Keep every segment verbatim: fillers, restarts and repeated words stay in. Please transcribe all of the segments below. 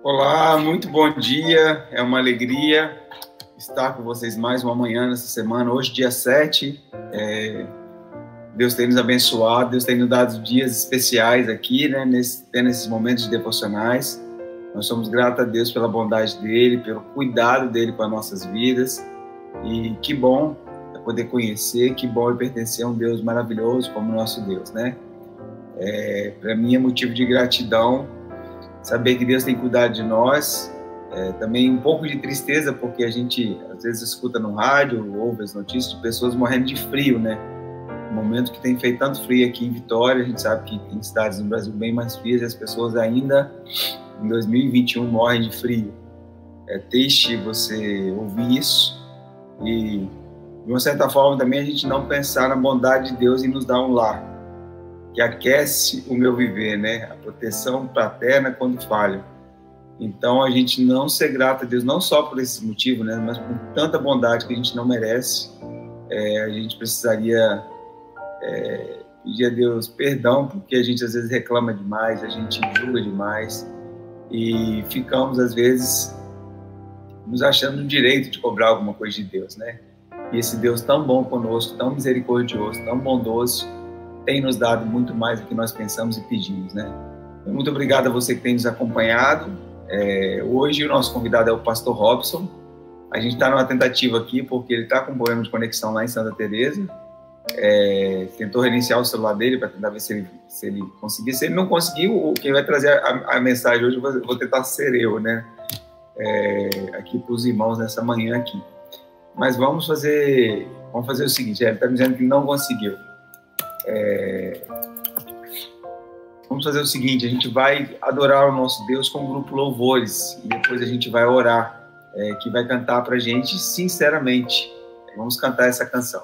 Olá, muito bom dia, é uma alegria estar com vocês mais uma manhã nessa semana, hoje dia sete, é, Deus tem nos abençoado, Deus tem nos dado dias especiais aqui, né, nesse, nesses momentos de devocionais. Nós somos gratos a Deus pela bondade dEle, pelo cuidado dEle com as nossas vidas, e que bom é poder conhecer, que bom é pertencer a um Deus maravilhoso como o nosso Deus, né? É, para mim é motivo de gratidão saber que Deus tem cuidado de nós, é, também um pouco de tristeza, porque a gente às vezes escuta no rádio, ouve as notícias de pessoas morrendo de frio, né? No momento que tem feito tanto frio aqui em Vitória, a gente sabe que tem cidades no Brasil bem mais frias e as pessoas ainda em dois mil e vinte e um morrem de frio. É triste você ouvir isso e, de uma certa forma, também a gente não pensar na bondade de Deus em nos dar um lar, que aquece o meu viver, né? A proteção paterna quando falho. Então, a gente não ser grato a Deus, não só por esse motivo, né? Mas por tanta bondade que a gente não merece, é, a gente precisaria é, pedir a Deus perdão, porque a gente às vezes reclama demais, a gente julga demais e ficamos, às vezes, nos achando no direito de cobrar alguma coisa de Deus, né? E esse Deus tão bom conosco, tão misericordioso, tão bondoso, tem nos dado muito mais do que nós pensamos e pedimos, né? Muito obrigado a você que tem nos acompanhado. É, hoje o nosso convidado é o pastor Robson. A gente está numa tentativa aqui porque ele está com um problema de conexão lá em Santa Teresa. É, tentou reiniciar o celular dele para tentar ver se ele, se ele conseguir. Se ele não conseguiu, quem vai trazer a, a mensagem hoje eu vou, vou tentar ser eu, né? É, aqui para os irmãos nessa manhã aqui. Mas vamos fazer, vamos fazer o seguinte, ele está me dizendo que não conseguiu. É... Vamos fazer o seguinte, a gente vai adorar o nosso Deus com o grupo Louvores e depois a gente vai orar, é, que vai cantar pra gente sinceramente. Vamos cantar essa canção.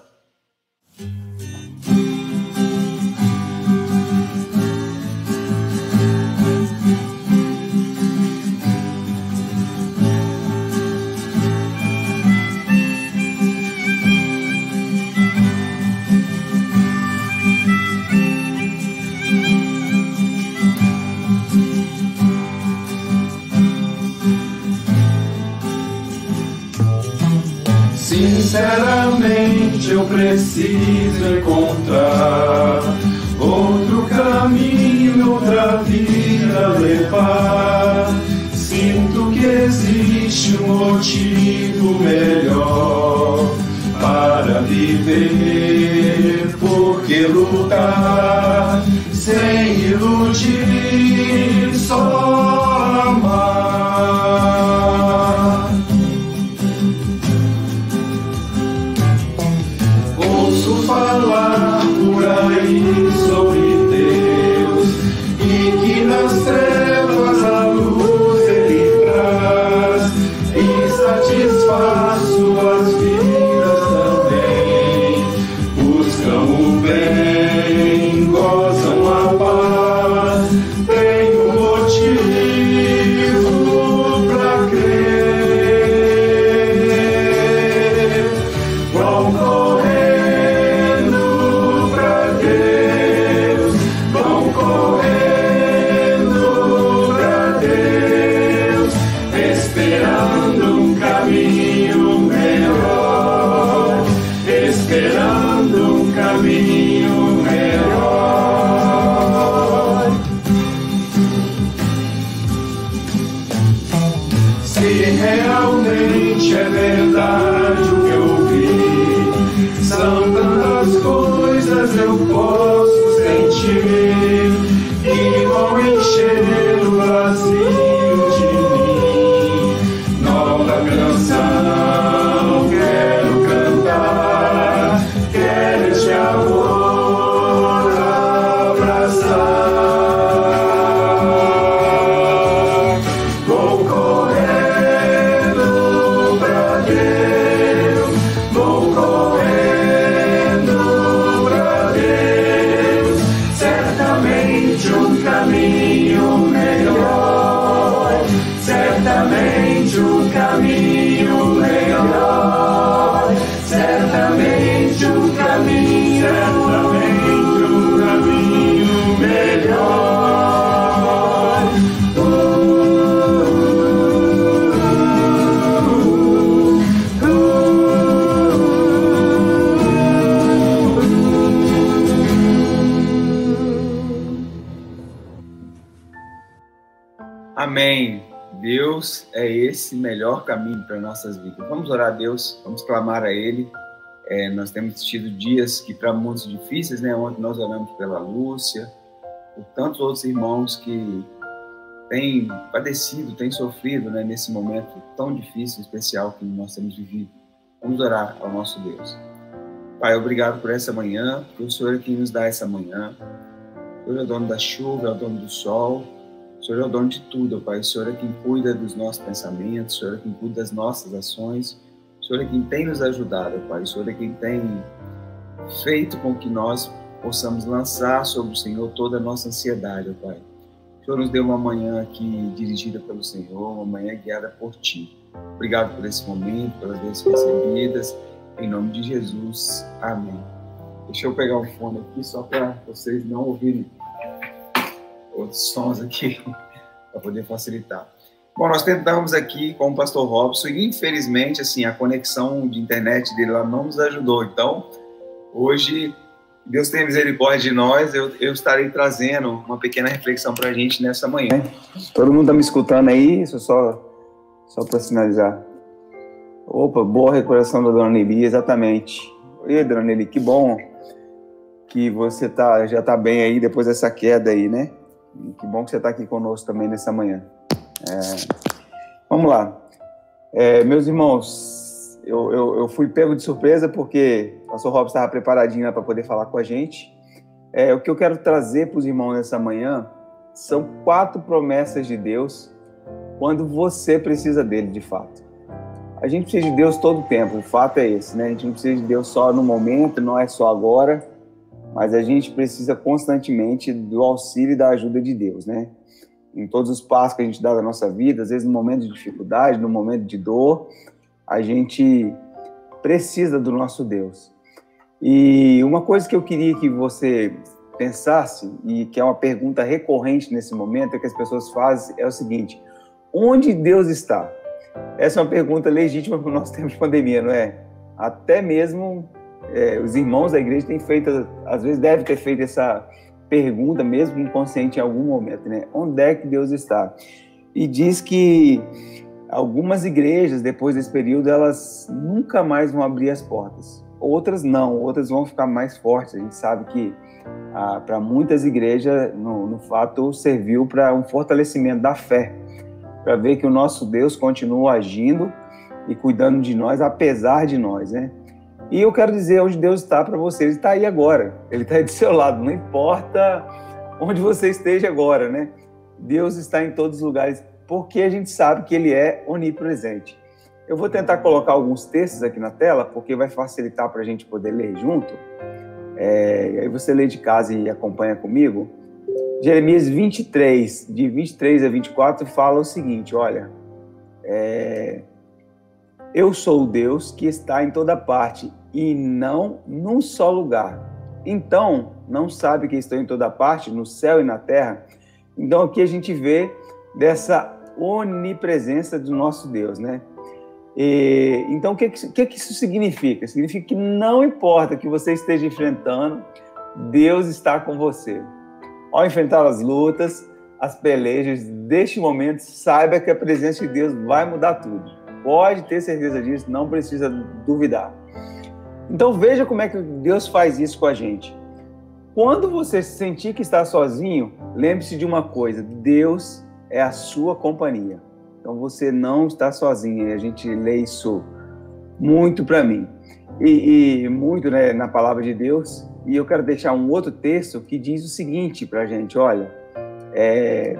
Sinceramente eu preciso encontrar outro caminho, outra vida levar. Sinto que existe um motivo melhor para viver, porque lutar sem iludir, só amar. Falar por aí sobre Deus e que nas trevas a luz Ele traz e satisfaz suas vidas também. Buscam o bem, gozam a paz, tem um motivo pra crer. Vão correr realmente é verdade o que eu vi. São tantas coisas eu posso sentir que vão encher o vazio de mim. Nova canção quero cantar, quero este amor abraçar. Vou correr certamente um caminho melhor, certamente um caminho, certamente um caminho melhor. Uh, Amém. Deus é esse melhor caminho para nossas vidas. Vamos orar a Deus, vamos clamar a Ele. É, nós temos tido dias que para muitos difíceis, né? Ontem nós oramos pela Lúcia, por tantos outros irmãos que têm padecido, têm sofrido, né? Nesse momento tão difícil, especial que nós temos vivido. Vamos orar ao nosso Deus. Pai, obrigado por essa manhã, porque o Senhor é quem nos dá essa manhã. O Senhor é o dono da chuva, é o dono do sol. O Senhor é o dono de tudo, Pai. O Senhor é quem cuida dos nossos pensamentos, o Senhor é quem cuida das nossas ações, o Senhor é quem tem nos ajudado, Pai. O Senhor é quem tem feito com que nós possamos lançar sobre o Senhor toda a nossa ansiedade, Pai. O Senhor nos deu uma manhã aqui dirigida pelo Senhor, uma manhã guiada por Ti. Obrigado por esse momento, pelas vezes recebidas. Em nome de Jesus. Amém. Deixa eu pegar o fone aqui só para vocês não ouvirem outros sons aqui, para poder facilitar. Bom, nós tentamos aqui com o pastor Robson e, infelizmente, assim, a conexão de internet dele lá não nos ajudou. Então, hoje, Deus tem misericórdia de nós, eu, eu estarei trazendo uma pequena reflexão para a gente nessa manhã. Todo mundo está me escutando aí? Isso só, só para sinalizar. Opa, boa recuperação da dona Nelly, exatamente. Oi, dona Nelly, que bom que você tá, já está bem aí depois dessa queda aí, né? Que bom que você está aqui conosco também nessa manhã. É, vamos lá. É, meus irmãos, eu, eu, eu fui pego de surpresa porque o pastor Robson estava preparadinho para poder falar com a gente. É, o que eu quero trazer para os irmãos nessa manhã são quatro promessas de Deus quando você precisa dele, de fato. A gente precisa de Deus todo o tempo, o fato é esse, né? A gente não precisa de Deus só no momento, não é só agora, mas a gente precisa constantemente do auxílio e da ajuda de Deus, né? Em todos os passos que a gente dá da nossa vida, às vezes no momento de dificuldade, no momento de dor, a gente precisa do nosso Deus. E uma coisa que eu queria que você pensasse, e que é uma pergunta recorrente nesse momento, é que as pessoas fazem, é o seguinte: onde Deus está? Essa é uma pergunta legítima para o nosso tempo de pandemia, não é? Até mesmo é, os irmãos da igreja têm feito, às vezes devem ter feito essa pergunta, mesmo inconsciente em algum momento, né? Onde é que Deus está? E diz que algumas igrejas, depois desse período, elas nunca mais vão abrir as portas. Outras não, outras vão ficar mais fortes. A gente sabe que ah, para muitas igrejas, no, no fato, serviu para um fortalecimento da fé, para ver que o nosso Deus continua agindo e cuidando de nós, apesar de nós, né? E eu quero dizer onde Deus está para você. Ele está aí agora, Ele está aí do seu lado, não importa onde você esteja agora, né? Deus está em todos os lugares, porque a gente sabe que Ele é onipresente. Eu vou tentar colocar alguns textos aqui na tela, porque vai facilitar para a gente poder ler junto. É, aí você lê de casa e acompanha comigo. Jeremias vinte e três, de vinte e três a vinte e quatro, fala o seguinte, olha, é, eu sou o Deus que está em toda parte e não num só lugar. Então, não sabe que estou em toda parte, no céu e na terra? Então, aqui a gente vê dessa onipresença do nosso Deus, né? E, então, o que, que, que isso significa? Significa que não importa o que você esteja enfrentando, Deus está com você. Ao enfrentar as lutas, as pelejas deste momento, saiba que a presença de Deus vai mudar tudo. Pode ter certeza disso, não precisa duvidar. Então veja como é que Deus faz isso com a gente. Quando você sentir que está sozinho, lembre-se de uma coisa: Deus é a sua companhia. Então você não está sozinho, e a gente lê isso muito para mim. E, e muito, né, na palavra de Deus. E eu quero deixar um outro texto que diz o seguinte para a gente, olha, é,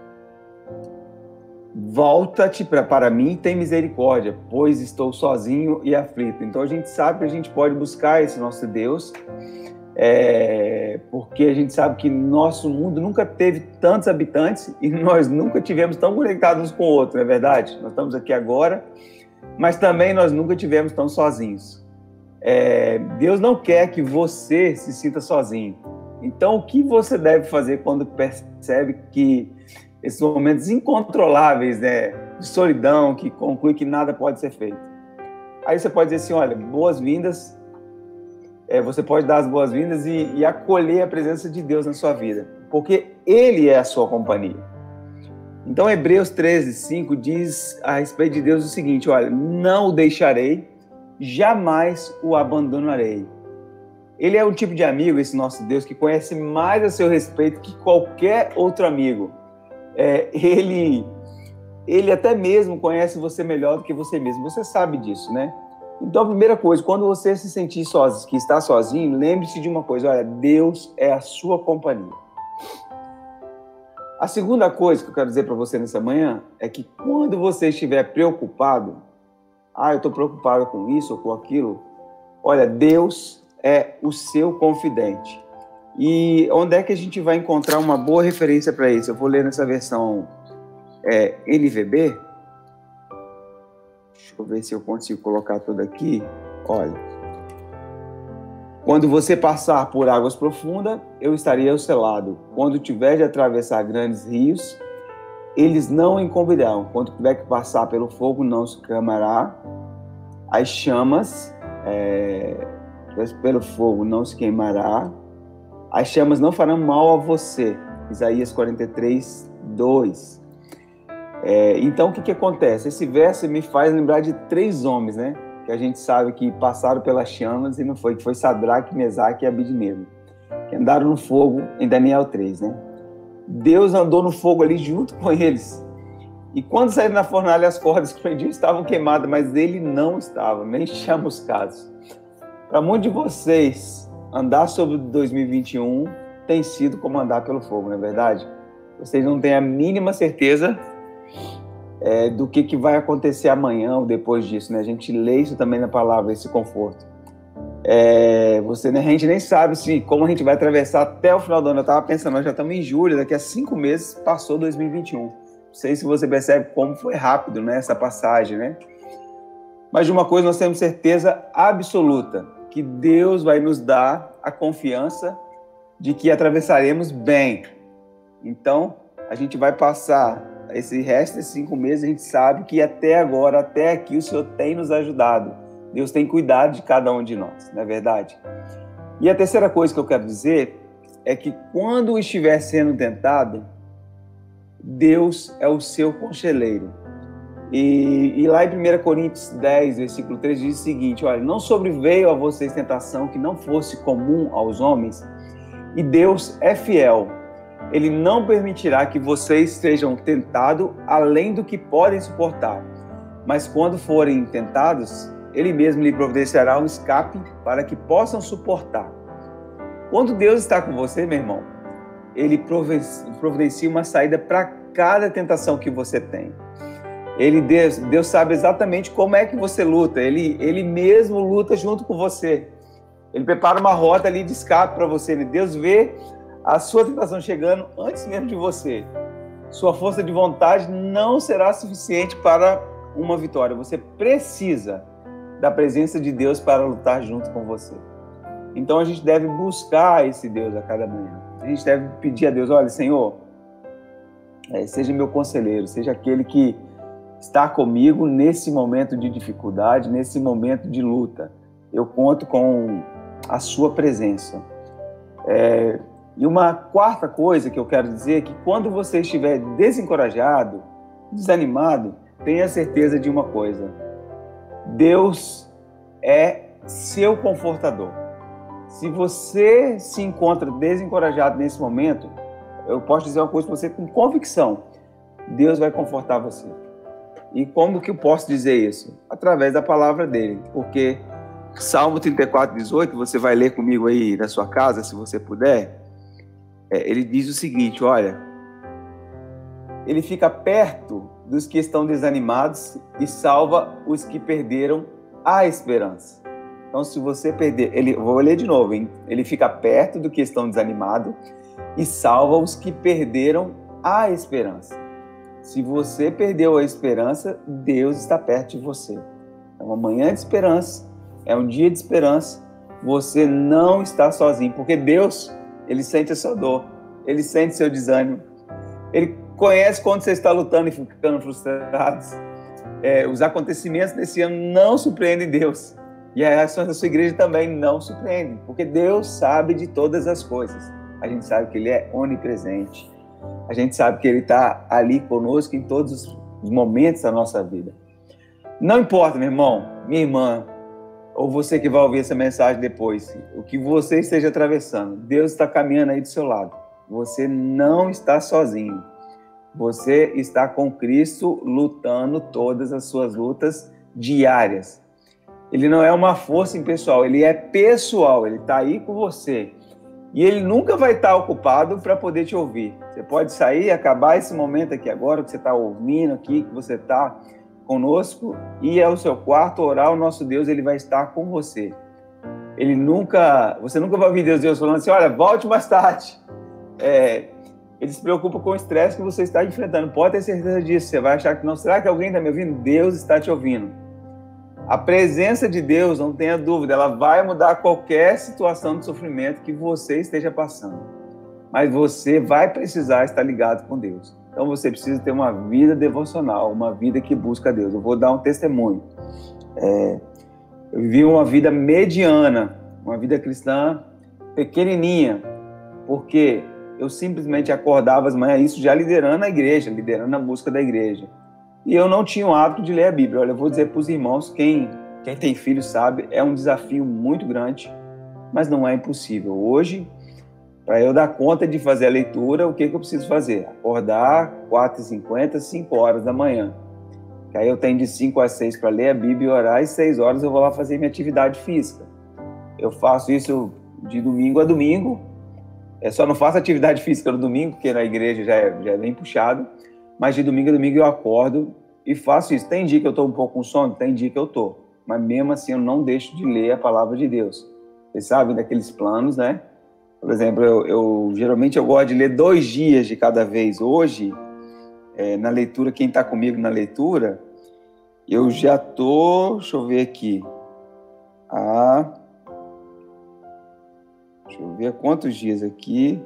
volta-te pra, para mim e tem misericórdia, pois estou sozinho e aflito. Então a gente sabe que a gente pode buscar esse nosso Deus, é, porque a gente sabe que nosso mundo nunca teve tantos habitantes e nós nunca tivemos tão conectados uns com o outro, não é verdade? Nós estamos aqui agora, mas também nós nunca tivemos tão sozinhos. É, Deus não quer que você se sinta sozinho. Então, o que você deve fazer quando percebe que esses momentos incontroláveis, né, de solidão, que conclui que nada pode ser feito? Aí você pode dizer assim, olha, boas-vindas, é, você pode dar as boas-vindas e, e acolher a presença de Deus na sua vida, porque Ele é a sua companhia. Então, Hebreus treze, cinco diz a respeito de Deus o seguinte, olha, não o deixarei, jamais o abandonarei. Ele é um tipo de amigo, esse nosso Deus, que conhece mais a seu respeito que qualquer outro amigo. É, ele, ele até mesmo conhece você melhor do que você mesmo. Você sabe disso, né? Então, a primeira coisa, quando você se sentir sozinho, que está sozinho, lembre-se de uma coisa, olha, Deus é a sua companhia. A segunda coisa que eu quero dizer para você nessa manhã é que quando você estiver preocupado, ah, eu estou preocupado com isso ou com aquilo, olha, Deus é o seu confidente. E onde é que a gente vai encontrar uma boa referência para isso? Eu vou ler nessa versão é, N V B. Deixa eu ver se eu consigo colocar tudo aqui. Olha. Quando você passar por águas profundas, eu estarei ao seu lado. Quando tiver de atravessar grandes rios, eles não encobrirão. Quando tiver que passar pelo fogo, não se queimará. As chamas, é, pelo fogo, não se queimará. As chamas não farão mal a você. Isaías quarenta e três, dois. É, então, o que, que acontece? Esse verso me faz lembrar de três homens, né? Que a gente sabe que passaram pelas chamas e não foi, que foi Sadraque, Mesaque e Abidnego, que andaram no fogo em Daniel três, né? Deus andou no fogo ali junto com eles. E quando saíram na fornalha, as cordas que prendiam estavam queimadas, mas ele não estava, nem chamuscados. Para muitos de vocês, andar sobre dois mil e vinte e um tem sido como andar pelo fogo, não é verdade? Vocês não têm a mínima certeza É, do que, que vai acontecer amanhã ou depois disso, né? A gente lê isso também na palavra, esse conforto. É, você, né? A gente nem sabe se, como a gente vai atravessar até o final do ano. Eu estava pensando, nós já estamos em julho, daqui a cinco meses passou dois mil e vinte e um. Não sei se você percebe como foi rápido, né, essa passagem, né? Mas de uma coisa nós temos certeza absoluta, que Deus vai nos dar a confiança de que atravessaremos bem. Então, a gente vai passar esse resto desses cinco meses, a gente sabe que até agora, até aqui, o Senhor tem nos ajudado. Deus tem cuidado de cada um de nós, não é verdade? E a terceira coisa que eu quero dizer é que quando estiver sendo tentado, Deus é o seu conselheiro. E, e lá em primeira Coríntios dez, versículo três, diz o seguinte, olha, não sobreveio a vocês tentação que não fosse comum aos homens, e Deus é fiel. Ele não permitirá que vocês sejam tentados além do que podem suportar. Mas quando forem tentados, Ele mesmo lhe providenciará um escape para que possam suportar. Quando Deus está com você, meu irmão, Ele providencia uma saída para cada tentação que você tem. Ele, Deus, Deus sabe exatamente como é que você luta. Ele, ele mesmo luta junto com você. Ele prepara uma rota ali de escape para você. Deus vê a sua tentação chegando antes mesmo de você. Sua força de vontade não será suficiente para uma vitória. Você precisa da presença de Deus para lutar junto com você. Então a gente deve buscar esse Deus a cada manhã. A gente deve pedir a Deus, olha, Senhor, é, seja meu conselheiro, seja aquele que está comigo nesse momento de dificuldade, nesse momento de luta. Eu conto com a sua presença. É, E uma quarta coisa que eu quero dizer é que quando você estiver desencorajado, desanimado, tenha certeza de uma coisa. Deus é seu confortador. Se você se encontra desencorajado nesse momento, eu posso dizer uma coisa para você com convicção. Deus vai confortar você. E como que eu posso dizer isso? Através da palavra dele. Porque Salmo trinta e quatro, dezoito, você vai ler comigo aí na sua casa, se você puder. Ele diz o seguinte, olha, ele fica perto dos que estão desanimados e salva os que perderam a esperança. Então, se você perder, ele, vou ler de novo, hein? Ele fica perto do que estão desanimados e salva os que perderam a esperança. Se você perdeu a esperança, Deus está perto de você. É uma manhã de esperança, é um dia de esperança. Você não está sozinho, porque Deus, Ele sente a sua dor, Ele sente seu desânimo, Ele conhece quando você está lutando e ficando frustrado. É, os acontecimentos desse ano não surpreendem Deus, e as ações da sua igreja também não surpreendem, porque Deus sabe de todas as coisas. A gente sabe que Ele é onipresente, a gente sabe que Ele está ali conosco em todos os momentos da nossa vida. Não importa, meu irmão, minha irmã, ou você que vai ouvir essa mensagem depois, o que você esteja atravessando, Deus está caminhando aí do seu lado. Você não está sozinho. Você está com Cristo lutando todas as suas lutas diárias. Ele não é uma força impessoal, ele é pessoal, ele está aí com você. E ele nunca vai estar ocupado para poder te ouvir. Você pode sair, acabar esse momento aqui agora, que você está ouvindo aqui, que você está conosco, ir ao seu quarto, orar, o nosso Deus, ele vai estar com você. Ele nunca, você nunca vai ouvir Deus, Deus falando assim, olha, volte mais tarde. É, ele se preocupa com o estresse que você está enfrentando. Pode ter certeza disso. Você vai achar que não. Será que alguém está me ouvindo? Deus está te ouvindo. A presença de Deus, não tenha dúvida, ela vai mudar qualquer situação de sofrimento que você esteja passando. Mas você vai precisar estar ligado com Deus. Então você precisa ter uma vida devocional, uma vida que busca Deus. Eu vou dar um testemunho. É, eu vivi uma vida mediana, uma vida cristã pequenininha, porque eu simplesmente acordava às manhãs, isso já liderando a igreja, liderando a música da igreja. E eu não tinha o hábito de ler a Bíblia. Olha, eu vou dizer para os irmãos, quem, quem tem filho sabe, é um desafio muito grande, mas não é impossível. Hoje, para eu dar conta de fazer a leitura, o que, que eu preciso fazer? Acordar quatro e cinquenta, cinco horas da manhã. Que aí eu tenho de cinco às seis para ler a Bíblia e orar, e seis horas eu vou lá fazer minha atividade física. Eu faço isso de domingo a domingo. Eu só não faço atividade física no domingo, porque na igreja já é, já é bem puxado. Mas de domingo a domingo eu acordo e faço isso. Tem dia que eu estou um pouco com sono? Tem dia que eu estou. Mas mesmo assim eu não deixo de ler a palavra de Deus. Vocês sabem daqueles planos, né? Por exemplo, eu, eu geralmente eu gosto de ler dois dias de cada vez. Hoje, é, na leitura, quem está comigo na leitura, eu já estou, deixa eu ver aqui, ah, deixa eu ver quantos dias aqui.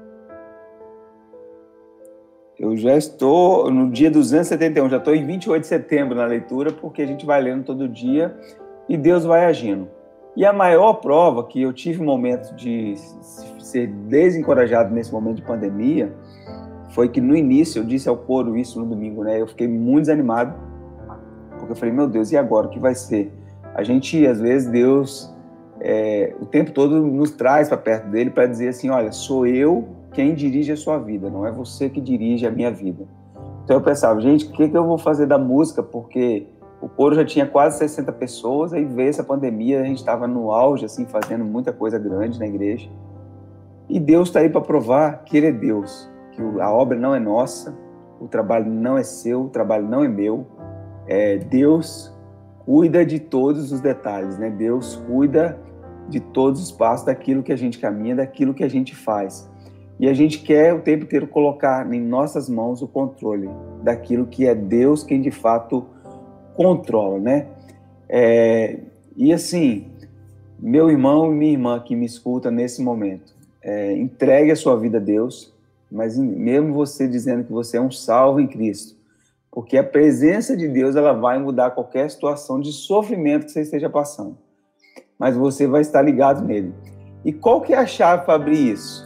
Eu já estou no dia duzentos e setenta e um, já estou em vinte e oito de setembro na leitura, porque a gente vai lendo todo dia e Deus vai agindo. E a maior prova que eu tive um momento de ser desencorajado nesse momento de pandemia foi que no início, eu disse ao coro isso no domingo, né? Eu fiquei muito desanimado, porque eu falei, meu Deus, e agora? O que vai ser? A gente, às vezes, Deus, é, o tempo todo nos traz para perto dele para dizer assim, olha, sou eu quem dirige a sua vida, não é você que dirige a minha vida. Então eu pensava, gente, o que, que eu vou fazer da música? Porque o coro já tinha quase sessenta pessoas, aí veio essa pandemia, a gente estava no auge, assim, fazendo muita coisa grande na igreja. E Deus está aí para provar que Ele é Deus, que a obra não é nossa, o trabalho não é seu, o trabalho não é meu. É, Deus cuida de todos os detalhes, né? Deus cuida de todos os passos daquilo que a gente caminha, daquilo que a gente faz. E a gente quer o tempo inteiro colocar em nossas mãos o controle daquilo que é Deus quem de fato controla, né? É, e assim, meu irmão e minha irmã que me escuta nesse momento, é, entregue a sua vida a Deus, mas mesmo você dizendo que você é um salvo em Cristo, porque a presença de Deus ela vai mudar qualquer situação de sofrimento que você esteja passando, mas você vai estar ligado nele. E qual que é a chave para abrir isso?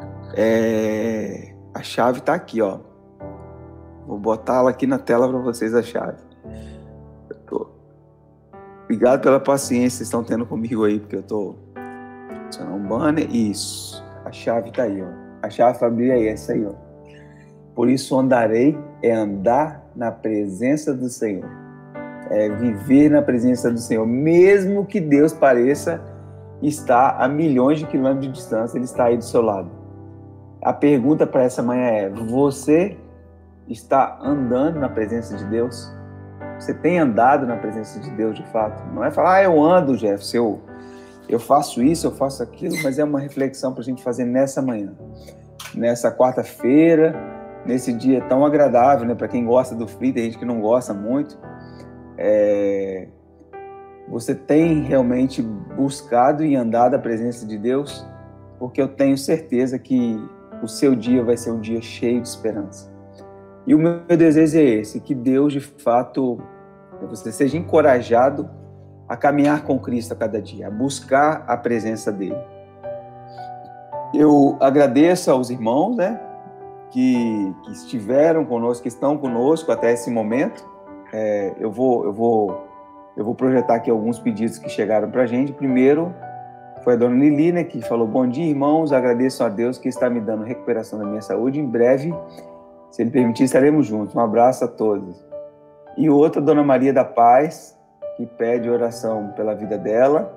É, a chave está aqui, ó. Vou botá-la aqui na tela para vocês a chave. Eu tô... Obrigado pela paciência que vocês estão tendo comigo aí, porque eu tô adicionando um banner. Isso, a chave está aí, ó. A chave para abrir é essa aí, ó. Por isso andarei é andar na presença do Senhor, é viver na presença do Senhor, mesmo que Deus pareça estar a milhões de quilômetros de distância, Ele está aí do seu lado. A pergunta para essa manhã é, você está andando na presença de Deus? Você tem andado na presença de Deus de fato? Não é falar, ah, eu ando, Jefferson, eu, eu faço isso, eu faço aquilo, mas é uma reflexão para a gente fazer nessa manhã, nessa quarta-feira, nesse dia tão agradável, né? Para quem gosta do frio, tem gente que não gosta muito. É... Você tem realmente buscado e andado a presença de Deus? Porque eu tenho certeza que o seu dia vai ser um dia cheio de esperança. E o meu desejo é esse, que Deus, de fato, você seja encorajado a caminhar com Cristo a cada dia, a buscar a presença dele. Eu agradeço aos irmãos, né, que, que estiveram conosco, que estão conosco até esse momento. É, eu, vou, eu, vou, eu vou projetar aqui alguns pedidos que chegaram para a gente. Primeiro foi a dona Lili, né, que falou: bom dia, irmãos, agradeço a Deus que está me dando recuperação da minha saúde. Em breve, se Ele permitir, estaremos juntos. Um abraço a todos. E outra, dona Maria da Paz, que pede oração pela vida dela.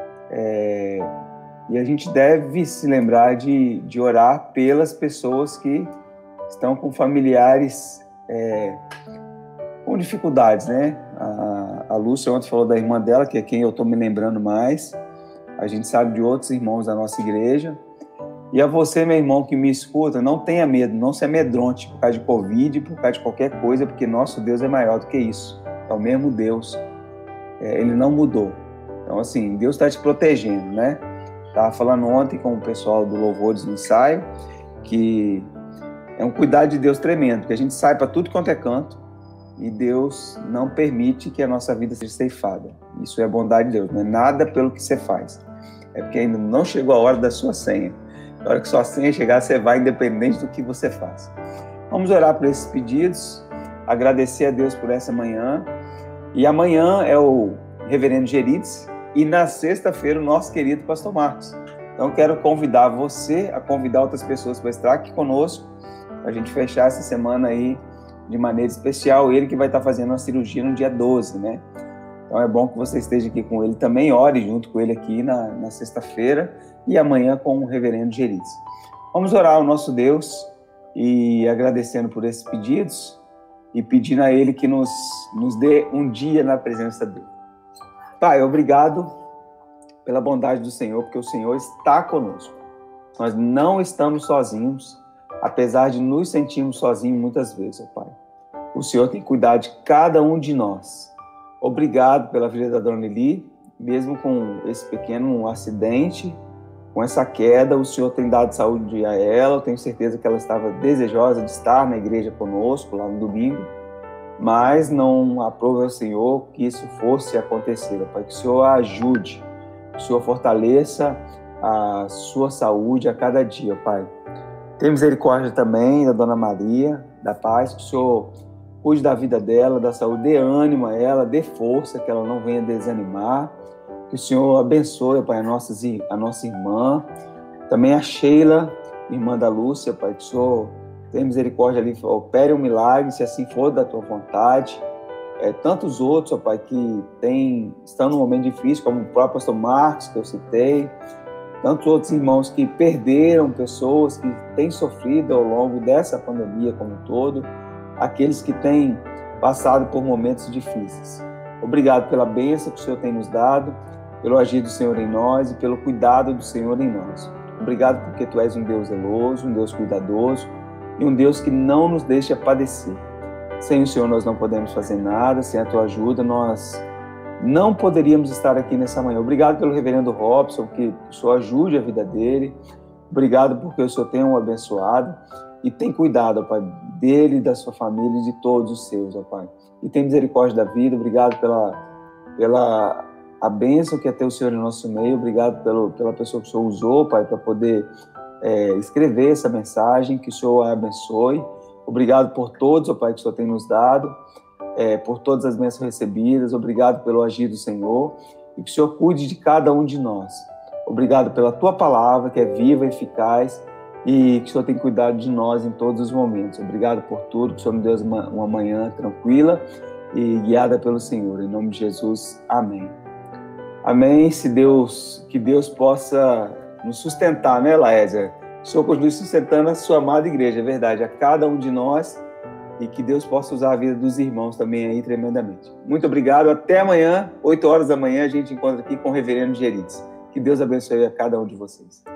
É, e a gente deve se lembrar de, de orar pelas pessoas que estão com familiares é, com dificuldades, né? A, a Lúcia ontem falou da irmã dela, que é quem eu estou me lembrando mais. A gente sabe de outros irmãos da nossa igreja. E a você, meu irmão, que me escuta, não tenha medo, não se amedronte por causa de Covid, por causa de qualquer coisa, porque nosso Deus é maior do que isso. É o mesmo Deus. É, ele não mudou. Então, assim, Deus está te protegendo, né? Estava falando ontem com o pessoal do Louvores no ensaio, que é um cuidado de Deus tremendo, porque a gente sai para tudo quanto é canto e Deus não permite que a nossa vida seja ceifada. Isso é a bondade de Deus, não é nada pelo que você faz. É porque ainda não chegou a hora da sua senha. Na hora que sua senha chegar, você vai independente do que você faz. Vamos orar por esses pedidos, agradecer a Deus por essa manhã. E amanhã é o Reverendo Gerides e na sexta-feira o nosso querido Pastor Marcos. Então quero convidar você a convidar outras pessoas para estar aqui conosco, para a gente fechar essa semana aí de maneira especial. Ele que vai estar fazendo uma cirurgia no dia doze, né? Então é bom que você esteja aqui com ele também, ore junto com ele aqui na, na sexta-feira e amanhã com o Reverendo Gerides. Vamos orar ao nosso Deus e agradecendo por esses pedidos e pedindo a Ele que nos, nos dê um dia na presença dEle. Pai, obrigado pela bondade do Senhor, porque o Senhor está conosco. Nós não estamos sozinhos, apesar de nos sentirmos sozinhos muitas vezes, ó Pai. O Senhor tem cuidado de cada um de nós. Obrigado pela vida da dona Lili, mesmo com esse pequeno acidente, com essa queda, o Senhor tem dado saúde a ela. Eu tenho certeza que ela estava desejosa de estar na igreja conosco, lá no domingo, mas não aprove ao Senhor que isso fosse acontecer, Pai. Que o Senhor a ajude, que o Senhor fortaleça a sua saúde a cada dia, Pai. Tem misericórdia também da dona Maria, da Paz, que o Senhor cuide da vida dela, da saúde, dê ânimo a ela, dê força, que ela não venha desanimar. Que o Senhor abençoe, Pai, a, nossas, a nossa irmã, também a Sheila, irmã da Lúcia, Pai, que o Senhor tenha misericórdia ali, opere um milagre, se assim for da tua vontade. É, tantos outros, ó Pai, que tem, estão num momento difícil, como o próprio pastor Marcos, que eu citei, tantos outros irmãos que perderam pessoas, que têm sofrido ao longo dessa pandemia como um todo, aqueles que têm passado por momentos difíceis. Obrigado pela bênção que o Senhor tem nos dado, pelo agir do Senhor em nós e pelo cuidado do Senhor em nós. Obrigado porque Tu és um Deus zeloso, um Deus cuidadoso e um Deus que não nos deixa padecer. Sem o Senhor nós não podemos fazer nada, sem a Tua ajuda nós não poderíamos estar aqui nessa manhã. Obrigado pelo reverendo Robson, que o Senhor ajude a vida dele. Obrigado porque o Senhor tem o abençoado e tem cuidado, ó Pai, dele, da sua família e de todos os seus, ó Pai. E tem misericórdia da vida. Obrigado pela, pela a bênção que é ter o Senhor em nosso meio. Obrigado pelo, pela pessoa que o Senhor usou, Pai, para poder é, escrever essa mensagem. Que o Senhor a abençoe. Obrigado por todos, ó Pai, que o Senhor tem nos dado, é, por todas as bênçãos recebidas. Obrigado pelo agir do Senhor e que o Senhor cuide de cada um de nós. Obrigado pela Tua palavra, que é viva e eficaz, e que o Senhor tem cuidado de nós em todos os momentos. Obrigado por tudo, que o Senhor me deu uma, uma manhã tranquila e guiada pelo Senhor. Em nome de Jesus, amém. Amém. Se Deus, que Deus possa nos sustentar, né, Laésia? O Senhor continue sustentando a sua amada igreja, é verdade, a cada um de nós, e que Deus possa usar a vida dos irmãos também aí tremendamente. Muito obrigado, até amanhã, oito horas da manhã, a gente encontra aqui com o Reverendo Gerides. Que Deus abençoe a cada um de vocês.